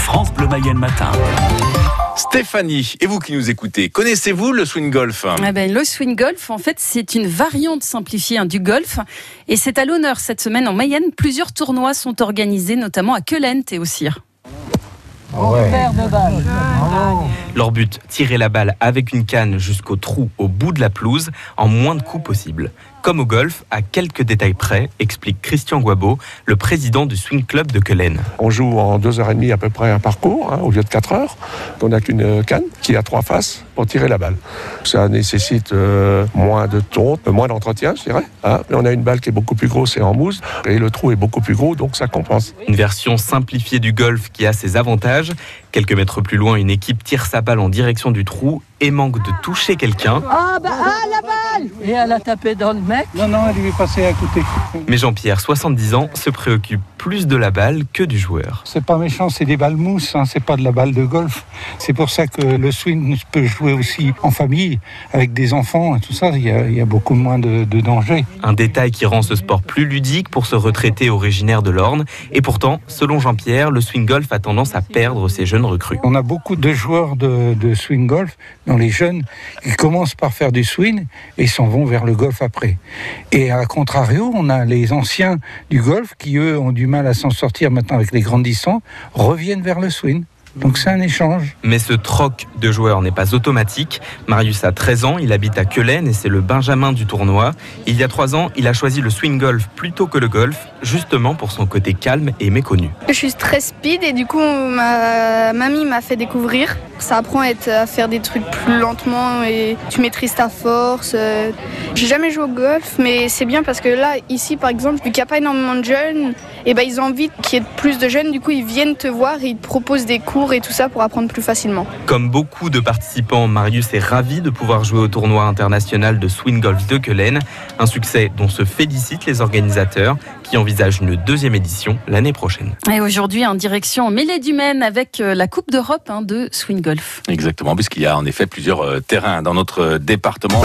France Bleu Mayenne matin. Stéphanie, et vous qui nous écoutez, connaissez-vous le swing golf ? Le swing golf, en fait, c'est une variante simplifiée du golf. Et c'est à l'honneur cette semaine en Mayenne. Plusieurs tournois sont organisés, notamment à Quellent et au Cire. Leur but, tirer la balle avec une canne jusqu'au trou au bout de la pelouse en moins de coups possible. Comme au golf, à quelques détails près, explique Christian Guabeau, le président du swing club de Quellent. On joue en 2h30 à peu près un parcours, au lieu de 4 heures. On n'a qu'une canne qui a 3 faces pour tirer la balle. Ça nécessite moins de tonte, moins d'entretien, je dirais. Mais on a une balle qui est beaucoup plus grosse et en mousse, et le trou est beaucoup plus gros, donc ça compense. Une version simplifiée du golf qui a ses avantages. Quelques mètres plus loin, une équipe tire sa balle en direction du trou et manque de toucher quelqu'un. La balle! Et elle a tapé dans le mec. Non, elle lui est passée à côté. Mais Jean-Pierre, 70 ans, se préoccupe plus de la balle que du joueur. C'est pas méchant, c'est des balles mousse, c'est pas de la balle de golf. C'est pour ça que le swing peut jouer aussi en famille, avec des enfants et tout ça, il y a beaucoup moins de danger. Un détail qui rend ce sport plus ludique pour ce retraité originaire de l'Orne. Et pourtant, selon Jean-Pierre, le swing golf a tendance à perdre ses jeunes recrues. On a beaucoup de joueurs de swing golf, dans les jeunes, qui commencent par faire du swing et s'en vont vers le golf après. Et à contrario, on a les anciens du golf qui, eux, ont du mal à s'en sortir maintenant avec les grandes distances, reviennent vers le swing. Donc c'est un échange. Mais ce troc de joueurs n'est pas automatique. Marius a 13 ans, il habite à Quellent et c'est le benjamin du tournoi. Il y a 3 ans, il a choisi le swing golf plutôt que le golf, justement pour son côté calme et méconnu. Je suis très speed et du coup ma mamie m'a fait découvrir. Ça apprend à faire des trucs plus lentement et tu maîtrises ta force. J'ai jamais joué au golf, mais c'est bien parce que là, ici par exemple, vu qu'il n'y a pas énormément de jeunes, ils ont envie qu'il y ait plus de jeunes, du coup ils viennent te voir et ils te proposent des cours et tout ça pour apprendre plus facilement. Comme beaucoup de participants, Marius est ravi de pouvoir jouer au tournoi international de swing golf de Quellent, un succès dont se félicitent les organisateurs qui envisagent une 2e édition l'année prochaine. Et aujourd'hui, en direction Mêlée du Maine avec la Coupe d'Europe de swing golf. Exactement, puisqu'il y a en effet plusieurs terrains dans notre département.